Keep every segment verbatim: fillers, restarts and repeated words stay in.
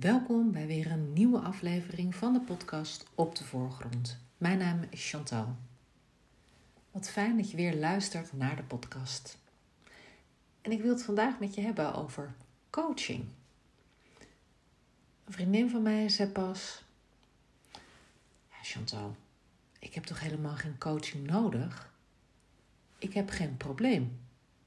Welkom bij weer een nieuwe aflevering van de podcast Op de Voorgrond. Mijn naam is Chantal. Wat fijn dat je weer luistert naar de podcast. En ik wil het vandaag met je hebben over coaching. Een vriendin van mij zei pas: ja, Chantal, ik heb toch helemaal geen coaching nodig? Ik heb geen probleem.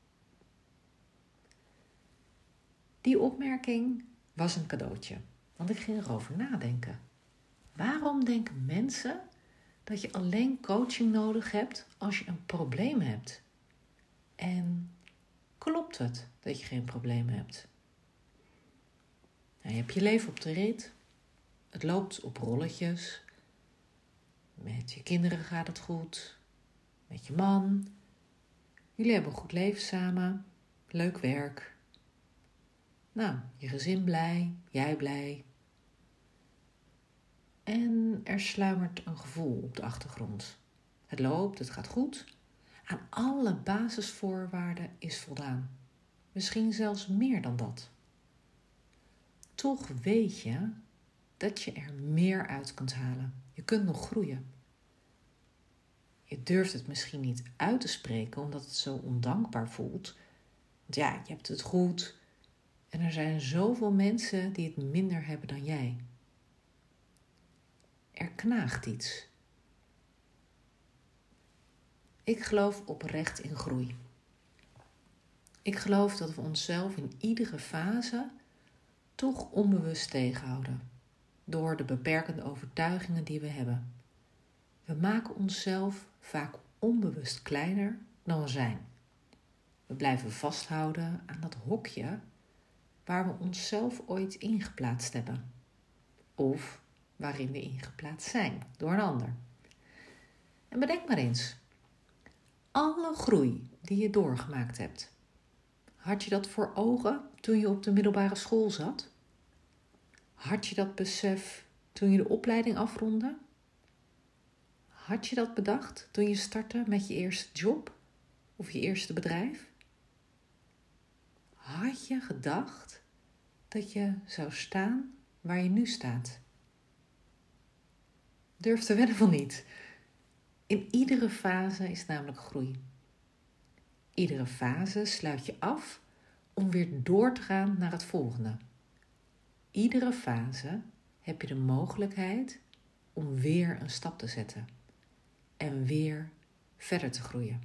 Die opmerking was een cadeautje, want ik ging erover nadenken. Waarom denken mensen dat je alleen coaching nodig hebt als je een probleem hebt? En klopt het dat je geen probleem hebt? Nou, je hebt je leven op de rit. Het loopt op rolletjes. Met je kinderen gaat het goed. Met je man. Jullie hebben een goed leven samen. Leuk werk. Nou, je gezin blij, jij blij. En er sluimert een gevoel op de achtergrond. Het loopt, het gaat goed. Aan alle basisvoorwaarden is voldaan. Misschien zelfs meer dan dat. Toch weet je dat je er meer uit kunt halen. Je kunt nog groeien. Je durft het misschien niet uit te spreken omdat het zo ondankbaar voelt. Want ja, je hebt het goed. En er zijn zoveel mensen die het minder hebben dan jij. Er knaagt iets. Ik geloof oprecht in groei. Ik geloof dat we onszelf in iedere fase toch onbewust tegenhouden. Door de beperkende overtuigingen die we hebben. We maken onszelf vaak onbewust kleiner dan we zijn. We blijven vasthouden aan dat hokje waar we onszelf ooit ingeplaatst hebben. Of waarin we ingeplaatst zijn door een ander. En bedenk maar eens. Alle groei die je doorgemaakt hebt. Had je dat voor ogen toen je op de middelbare school zat? Had je dat besef toen je de opleiding afrondde? Had je dat bedacht toen je startte met je eerste job of je eerste bedrijf? Had je gedacht dat je zou staan waar je nu staat? Durf te wedden van niet. In iedere fase is namelijk groei. Iedere fase sluit je af om weer door te gaan naar het volgende. Iedere fase heb je de mogelijkheid om weer een stap te zetten. En weer verder te groeien.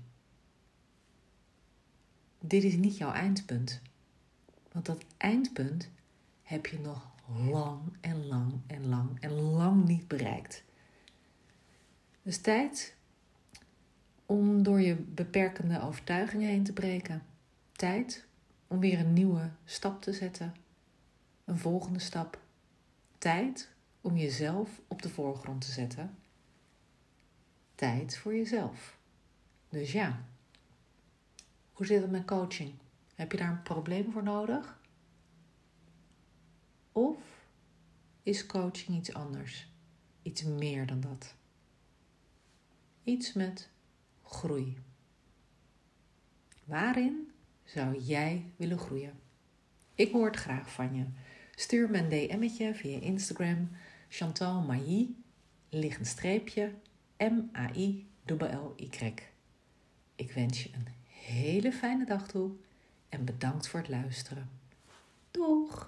Dit is niet jouw eindpunt. Want dat eindpunt heb je nog lang en lang en lang en lang niet bereikt. Dus tijd om door je beperkende overtuigingen heen te breken. Tijd om weer een nieuwe stap te zetten. Een volgende stap. Tijd om jezelf op de voorgrond te zetten. Tijd voor jezelf. Dus ja, hoe zit het met coaching? Heb je daar een probleem voor nodig? Of is coaching iets anders? Iets meer dan dat? Iets met groei. Waarin zou jij willen groeien? Ik hoor het graag van je. Stuur me een D M'tje via Instagram. Chantal Mailly, liggend streepje, M A I L L Y. Ik wens je een hele fijne dag toe en bedankt voor het luisteren. Doeg!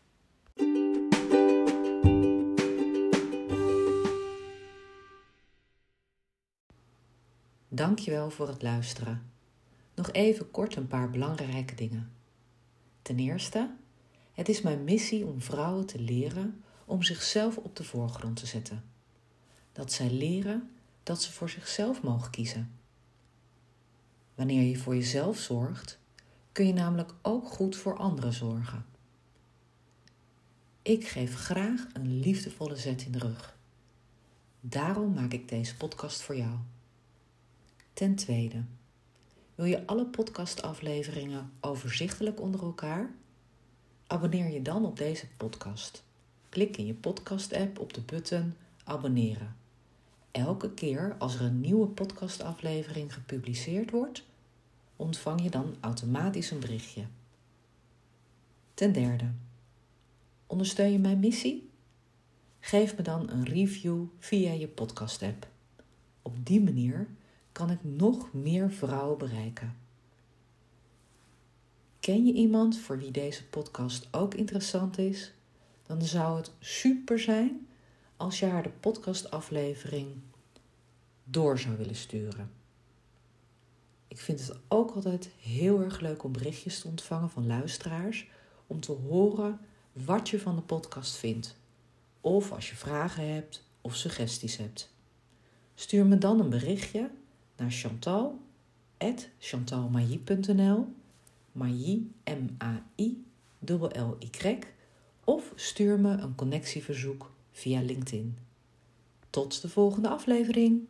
Dankjewel voor het luisteren. Nog even kort een paar belangrijke dingen. Ten eerste, het is mijn missie om vrouwen te leren om zichzelf op de voorgrond te zetten. Dat zij leren dat ze voor zichzelf mogen kiezen. Wanneer je voor jezelf zorgt, kun je namelijk ook goed voor anderen zorgen. Ik geef graag een liefdevolle zet in de rug. Daarom maak ik deze podcast voor jou. Ten tweede, wil je alle podcastafleveringen overzichtelijk onder elkaar? Abonneer je dan op deze podcast. Klik in je podcast-app op de button abonneren. Elke keer als er een nieuwe podcastaflevering gepubliceerd wordt, ontvang je dan automatisch een berichtje. Ten derde, Ondersteun je mijn missie? Geef me dan een review via je podcast-app. Op die manier kan ik nog meer vrouwen bereiken. Ken je iemand voor wie deze podcast ook interessant is? Dan zou het super zijn als je haar de podcastaflevering door zou willen sturen. Ik vind het ook altijd heel erg leuk om berichtjes te ontvangen van luisteraars, om te horen wat je van de podcast vindt. Of als je vragen hebt of suggesties hebt. Stuur me dan een berichtje naar chantal at chantalmailly punt n l, Mailly, M A I L L Y, of stuur me een connectieverzoek via LinkedIn. Tot de volgende aflevering!